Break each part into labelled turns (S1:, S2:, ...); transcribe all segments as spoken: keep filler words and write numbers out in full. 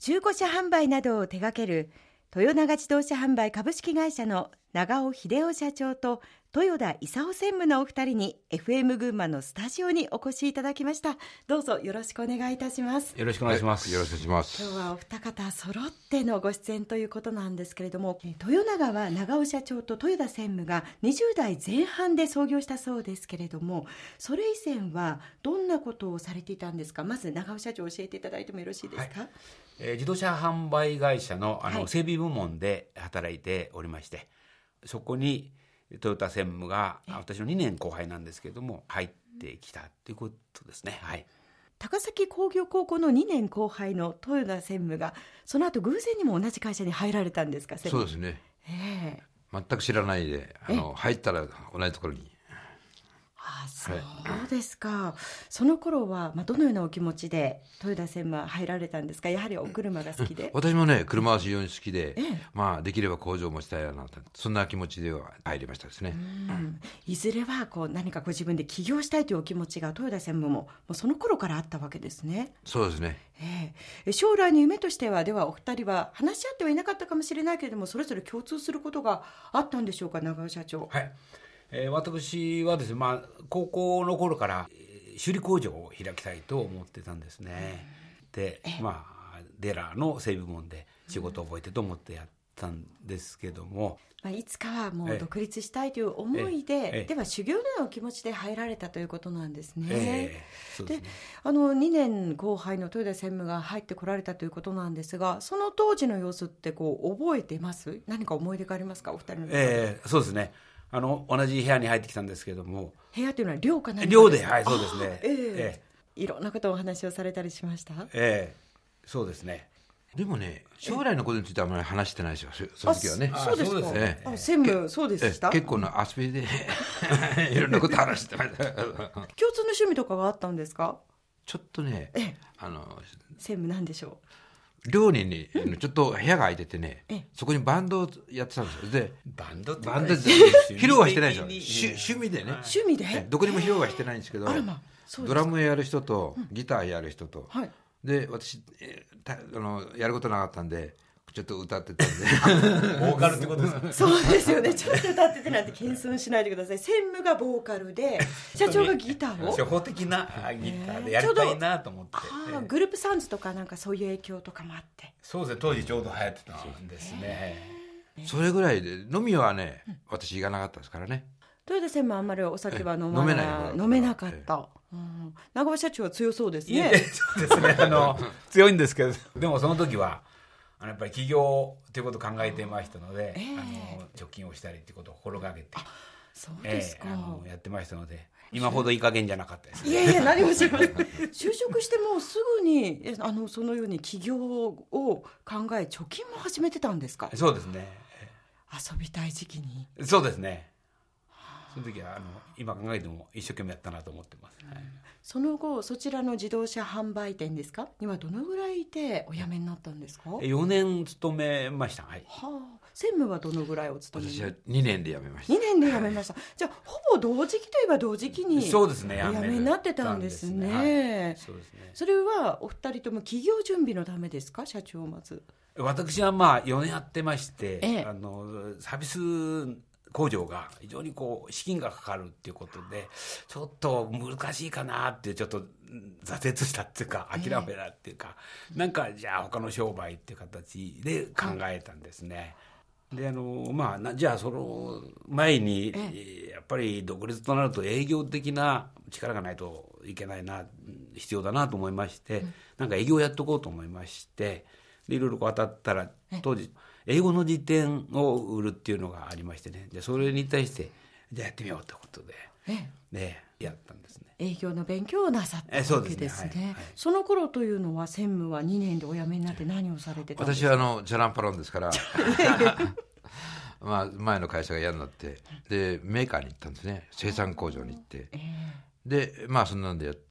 S1: 中古車販売などを手掛ける豊永自動車販売株式会社の長尾秀夫社長と豊田勲専務のお二人に エフエム 群馬のスタジオにお越しいただきました。どうぞよろしくお願いいたします。
S2: よろしくお願いします、
S3: はい、よろしくお願いします。
S1: 今日はお二方揃ってのご出演ということなんですけれども、豊永は長尾社長と豊田専務がにじゅう代前半で創業したそうですけれども、それ以前はどんなことをされていたんですか。まず長尾社長教えていただいてもよろしいですか。
S2: はい、えー、自動車販売会社の、あの、
S1: はい、
S2: 整備部門で働いておりまして、そこにトヨタ専務が私のにねんこう輩なんですけれども入ってきたということですね。はい、
S1: 高崎工業高校のにねんこう輩の豊田専務がその後偶然にも同じ会社に入られたんですか。
S3: そうですね、
S1: え
S3: ー、全く知らないであの入ったら同じところに。
S1: ああ、そうですか。はい、その頃は、まあ、どのようなお気持ちで豊田専務は入られたんですか。やはりお車が好きで。
S3: 私もね車は非常に好きで、
S1: ええ、
S3: まあ、できれば工場を持ちたいなと、そんな気持ちでは入りましたですね。
S1: うん、いずれはこう何かご自分で起業したいというお気持ちが豊田専務も、もうその頃からあったわけですね。
S3: そうですね、
S1: ええ、将来の夢としては、ではお二人は話し合ってはいなかったかもしれないけれども、それぞれ共通することがあったんでしょうか。長尾社長。
S2: はい、えー、私はですね、まあ、高校の頃から修理工場を開きたいと思ってたんですね。で、まあ、デラの整備部門で仕事を覚えてと思ってやったんですけども、
S1: まあ、いつかはもう独立したいという思いで、ええ、では修行のようなお気持ちで入られたということなんですね。
S2: えー、そうですね。
S1: で、あのにねんこう輩の豊田専務が入ってこられたということなんですが、その当時の様子ってこう覚えてます？何か思い出がありますか、お二人の中で。
S2: えー、そうですね。あの同じ部屋に入ってきたんですけども、
S1: 部屋というのは寮か何か
S2: 寮で、はい、そうですね。
S1: えーえー、いろんなことをお話をされたりしました。
S2: えー、そうですね。
S3: でもね、将来のことについてはあまり話してないですよ、その時はね。
S1: あ、そうですか。
S3: そうですね。
S1: あ、専務そうでした。
S3: 結構な遊びでいろんなこと話してました共通
S1: の趣味とかがあったんですか。
S3: ちょっとね、あの
S1: 専務なんでしょ
S3: う、寮にね、ちょっと部屋が空いててね、そこにバンドをやってたんですよ。で、
S2: バンドって
S3: バンドって披露はしてないですよ。趣味でね。
S1: 趣味で
S3: どこにも披露はしてないんですけど、
S1: あら、まあ、そうですか。
S3: ドラムをやる人とギターやる人と、
S1: はい、
S3: で私あのやることなかったんでちょっと歌ってたんで
S2: ボーカルってことですか。
S1: そうですよね。ちょっと歌っててなんて謙遜しないでください。専務がボーカルで社長がギターを
S2: 初歩的なギターでやりたいなと思って、
S1: えー、あグループサウンズとかなんかそういう影響とかもあって。
S2: そうですね、当時ちょうど流行ってたんですね。
S3: それぐらいで飲みはね、私行かなかったですからね。
S1: 豊田専務はあんまりお酒は飲まない、
S3: 飲めない
S1: 飲めなかった、うん、長尾社長は強そうですね。
S2: そうですね、あの強いんですけど、でもその時はあのやっぱり起業ということを考えていましたので、えー、あの貯金をしたりということを心がけて、
S1: あ、そうですか、
S2: えー、あのやってましたので、今ほどいい加減じゃなかったですね。
S1: いやいや、何もしません就職してもうすぐにあのそのように起業を考え貯金も始めてたんですか。
S2: そうですね、
S1: 遊びたい時期に。
S2: そうですね、その時はあの今考えても一生懸命やったなと思ってます、はい、
S1: その後そちらの自動車販売店ですかにはどのぐらいいてお辞めになったんですか。
S2: よねん勤めました、はい、
S1: はあ、専務はどのぐらいお勤めに。
S3: 私はにねんで辞めました。
S1: にねんで辞めました、はい、じゃあほぼ同時期といえば同時期に
S2: そうですね、
S1: お辞めになってたんですね。はい、そうですね。それはお二人とも起業準備のためですか、社長。まず
S2: 私はまあよねんやってまして、
S1: ええ、
S2: あのサービス工場が非常にこう資金がかかるっていうことでちょっと難しいかなってちょっと挫折したっていうか諦めたっていうか、えー、なんかじゃあ他の商売っていう形で考えたんですね。であのまあじゃあその前に、えー、やっぱり独立となると営業的な力がないといけないな、必要だなと思いまして、うん、なんか営業やっとこうと思いまして、でいろいろこう当たったら当時英語の辞典を売るっていうのがありましてね、でそれに対してじゃあやってみようということで、でやったんですね。
S1: 営業の勉強をなさったわけですね。そ, すね、はいはい、その頃というのは専務はにねんでお辞めになって何をされてたんですか。
S3: 私はあのジャランパロンですからまあ前の会社が嫌になってでメーカーに行ったんですね。生産工場に行って、えー、でまあそんなんでやって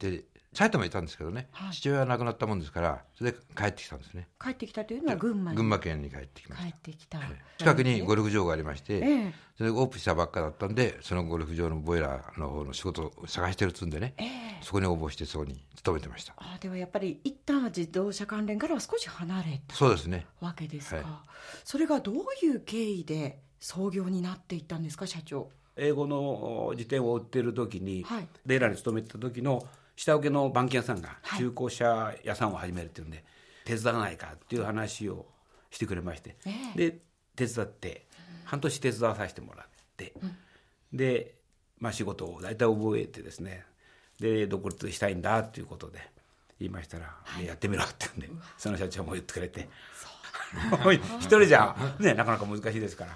S3: 埼玉にいたんですけどね、
S1: はい、
S3: 父親が亡くなったもんですから、それで帰ってきたんですね。
S1: 帰ってきたというのは群馬に
S3: 群馬県に帰ってきました。
S1: 帰ってきた、
S3: はい、近くにゴルフ場がありまして、
S1: ええ、
S3: それオープンしたばっかだったんで、そのゴルフ場のボイラーの方の仕事を探してるっつうんでね、ええ、そこに応募してそこに勤めてました。
S1: あ、ではやっぱり一旦は自動車関連からは少し離れた、
S3: そうですね、
S1: わけですか、
S3: はい、
S1: それがどういう経緯で創業になっていったんですか、社長。
S2: 英語の辞典を売っている時に、はい、レイラに勤めてた時の下請けの板金屋さんが中古車屋さんを始めるっていうんで、はい、手伝わないかっていう話をしてくれまして、えー、で手伝って半年手伝わさせてもらって、うん、で、まあ、仕事を大体覚えてですね、で独立したいんだっていうことで言いましたら、はい、やってみろって言うんで、その社長も言ってくれて一人じゃ、ね、なかなか難しいですから、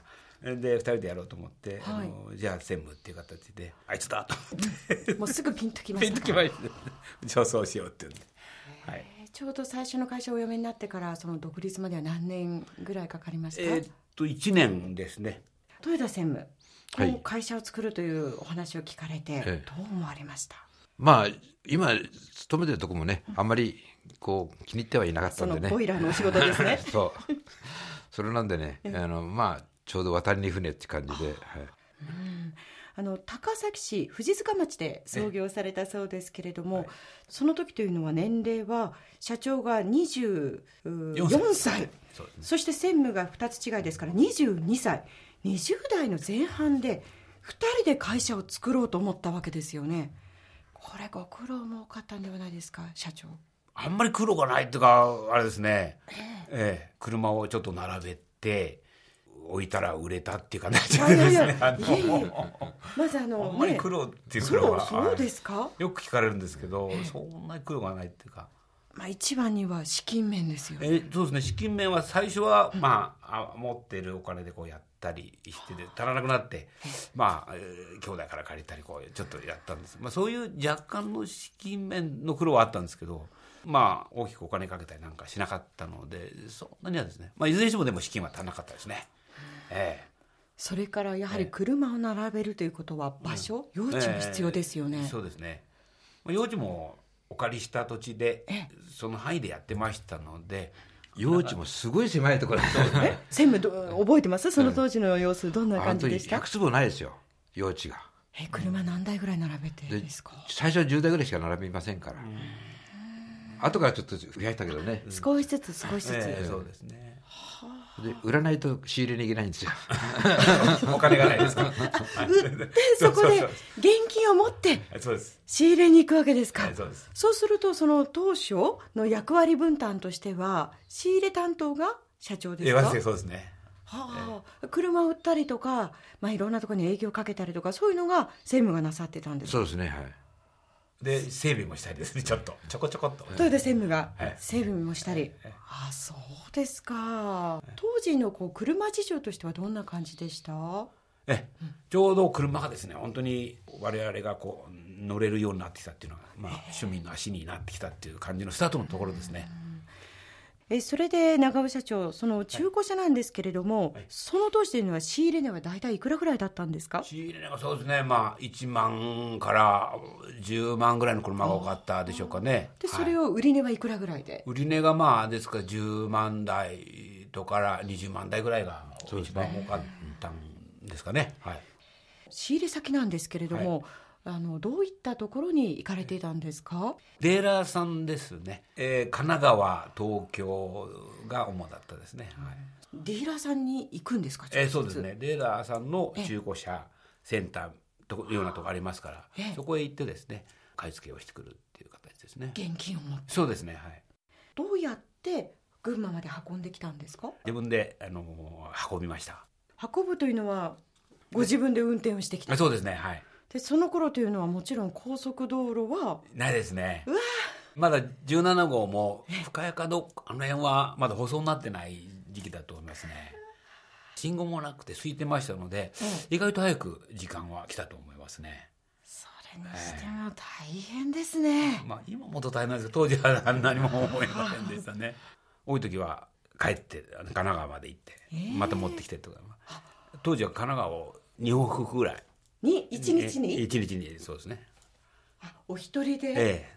S2: でふたりでやろうと思って、はい、あのじゃあ専務っていう形であいつだと思って
S1: もうすぐピンときました
S2: ピンときました上層しようっていうんで、
S1: はい、ちょうど最初の会社をお辞めになってからその独立までは何年ぐらいかかりました？
S2: えー、っといちねんですね。
S1: 豊田専務、はい、会社を作るというお話を聞かれて、どう思われました？
S3: まあ今勤めてるとこもね、あんまりこう気に入ってはいなかったんでね、
S1: そのボイラーのお仕事ですね
S3: そうそれなんでね、あのまあちょうど渡りに船って感じで、はい、
S1: うん、あの高崎市藤塚町で創業されたそうですけれども、はい、その時というのは年齢は社長がにじゅうよんさい、 そ, ね、そして専務がふたつ違いですからにじゅうにさい、にじゅう代の前半でふたりで会社を作ろうと思ったわけですよね。これご苦労も多かったんではないですか、社長？
S2: あんまり苦労がないっていうか、あれですね、えーえー、車をちょっと並べて置いたら売れたっていう感じですね。いやいやいや
S1: まずあの、ね、
S2: あんまり苦労っていう苦労は
S1: そう、そうですか？
S2: よく聞かれるんですけど、えー、そんなに苦労がないっていうか、
S1: まあ、一番には資金面ですよね。
S2: えそうですね、資金面は最初は、うん、まあ、持っているお金でこうやったりしてて足らなくなって、まあ、えー、兄弟から借りたりこうちょっとやったんです、まあ、そういう若干の資金面の苦労はあったんですけど、まあ、大きくお金かけたりなんかしなかったので、そんなにはですね、まあ、いずれにしてもでも資金は足らなかったですね。ええ、
S1: それからやはり車を並べるということは場所、うん、用地も必要ですよね。
S2: ええ、そうですね。用地もお借りした土地でその範囲でやってましたので、
S3: 用地もすごい狭いところです
S1: ね。専務覚えてます？その当時の様子どんな感じでした？
S3: ひゃくつぼないですよ、用地が。
S1: え車何台ぐらい並べてですか？
S3: 最初はじゅうだいぐらいしか並びませんから、後からちょっと増やしたけどね、
S1: 少しずつ少しずつ、
S2: えー、そうですね。
S3: で売らないと仕入れにいけないんですよ
S2: お金がないですから売
S1: ってそこで現金を持って仕入れに行くわけですか？そうです。そうするとその当初の役割分担としては仕入れ担当が社長ですか？
S2: えー、そうですね。
S1: はあ、車を売ったりとか、まあ、いろんなところに営業かけたりとか、そういうのが専務がなさってたんですか？
S3: そうですね、はい。
S2: で整備もしたりですね、ちょっとちょこちょこっと
S1: 豊田専務が整備もしたり、はい、あ、そうですか。当時のこう車事情としてはどんな感じでした？
S2: えちょうど車がですね、本当に我々がこう乗れるようになってきたっていうのが、まあ、庶民の足になってきたっていう感じのスタートのところですね。
S1: えそれで長尾社長、その中古車なんですけれども、はいはい、その当時というのは仕入れ値は大体いくらぐらいだったんですか？
S2: 仕入れ値はそうですね、まあ、いちまんからじゅうまんぐらいの車が多かったでしょうかね。
S1: でそれを売り値はいくらぐらいで？はい、
S2: 売り値がまあですからじゅうまんだいとからにじゅうまんだいぐらいが一番多かったんですかね。はい、
S1: 仕入れ先なんですけれども、はい、あのどういったところに行かれていたんですか？
S2: デーラーさんですね、えー、神奈川、東京が主だったですね。はい、
S1: ディーラーさんに行くんですか？
S2: えー、そうですね、デーラーさんの中古車センターというようなところありますから、えー、そこへ行ってですね、買い付けをしてくるっていう形ですね。
S1: 現金を持って？
S2: そうですね、はい。
S1: どうやって群馬まで運んできたんですか？
S2: 自分で、あのー、運びました。
S1: 運ぶというのはご自分で運転をしてきた？
S2: そうですね、はい。
S1: でその頃というのはもちろん高速道路は
S2: ないですね。
S1: うわ
S2: まだじゅうなな号も深谷かどあの辺はまだ舗装になってない時期だと思いますね。信号もなくて空いてましたので、意外と早く時間は来たと思いますね。
S1: それにしても大変ですね。
S2: まあ、今もっと大変なんですけど、当時は何も思いませんでしたね。多い時は帰って神奈川まで行って、えー、また持ってきてとか、当時は神奈川をに往復ぐらい
S1: にいちにちに
S2: いちにちにそうですね。
S1: あお一人で、
S2: ええ、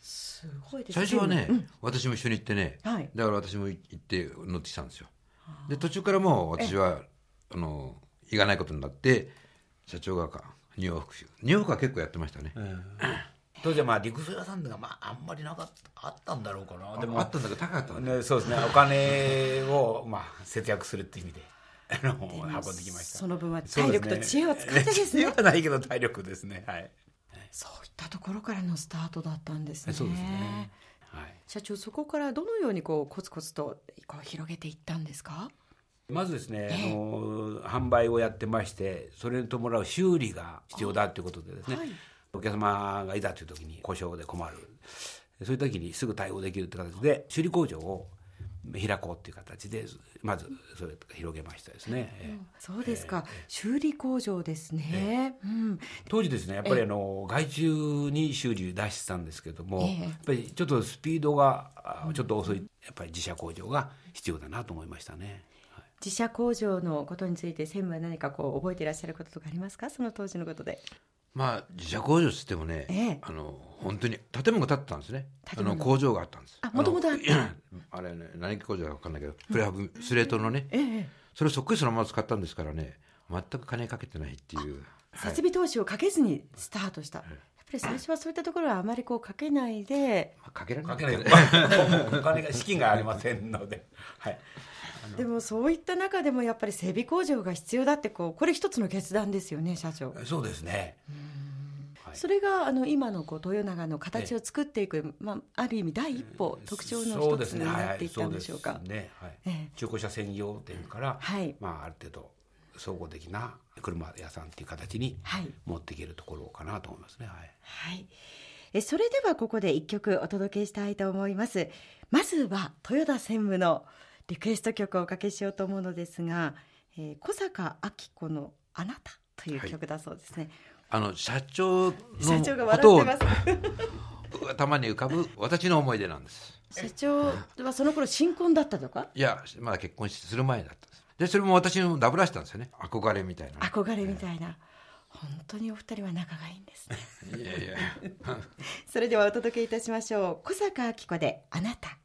S1: すごいですね。
S3: 最初はね、
S1: うん、
S3: 私も一緒に行ってね、
S1: はい、
S3: だから私も行って乗ってきたんですよ。で途中からもう私はあの行かないことになって、社長がニューヨークニューヨークは結構やってましたね、うん、
S2: 当時はまあ陸上屋さんがまああんまりなかったあったんだろうかな。
S3: でもあったんだけど高かったね。
S2: ね、そうですね、お金をまあ節約するっていう意味であの運んできました。
S1: その分は体力と知恵を使ってですね。
S2: 知恵はないけど体力ですね。はい。
S1: そういったところからのスタートだったんですね。
S2: そうですね。はい。
S1: 社長、そこからどのようにこうコツコツとこう広げていったんですか？
S2: まずですね、えー、あの販売をやってまして、それに伴う修理が必要だということでですね、はい、お客様がいざという時に故障で困る、そういう時にすぐ対応できるという形で修理工場を開こうという形でまずそれを広げましたですね、
S1: うん、そうですか、えー、修理工場ですね、えーうん、
S2: 当時ですねやっぱりあの、えー、外注に修理出してたんですけども、えー、やっぱりちょっとスピードがちょっと遅い、やっぱり自社工場が必要だなと思いましたね。
S1: 自社工場のことについて専務は何かこう覚えていらっしゃることとかありますか？その当時のことで。
S3: まあ自社工場つってもね、ええ、あの本当に建物が建ってたんですね。あの工場があったんです。
S1: あ、もともとあった。
S3: あれね、何工場か分かんないけど、プレハブスレートのね、ええ、それをそっくりそのまま使ったんですからね、全く金かけてないっていう、
S1: はい、設備投資をかけずにスタートした、はい、やっぱり最初はそういったところはあまりこうかけないで、
S3: まあ、かけられない、
S2: かけないお金が資金がありませんので、はい、
S1: でもそういった中でもやっぱり整備工場が必要だってこうこれ一つの決断ですよね、社長。
S2: そうですね。
S1: うん、はい、それがあの今のこう豊永の形を作っていく、まあ、ある意味第一歩、特徴の一つになっていったんでしょうか。
S2: そうですね、はい、ええ、中古車専業店から、はい、まあ、ある程度総合的な車屋さんっていう形に持っていけるところかなと思いますね。はい、
S1: はい、えそれではここで一曲お届けしたいと思います。まずは豊田専務のリクエスト曲をおかけしようと思うのですが、えー、小坂明子のあなたという曲だそうですね。
S3: はい、あの社長の
S1: 社長が笑ってます
S3: 頭に浮かぶ私の思い出なんです。
S1: 社長はその頃新婚だったとか？
S3: いや、まだ結婚する前だったんです。でそれも私のダブらしたんですよね。憧れみたいな、
S1: 憧れみたいな、本当にお二人は仲がいいんですね。
S3: いやいや
S1: それではお届けいたしましょう。小坂明子であなた。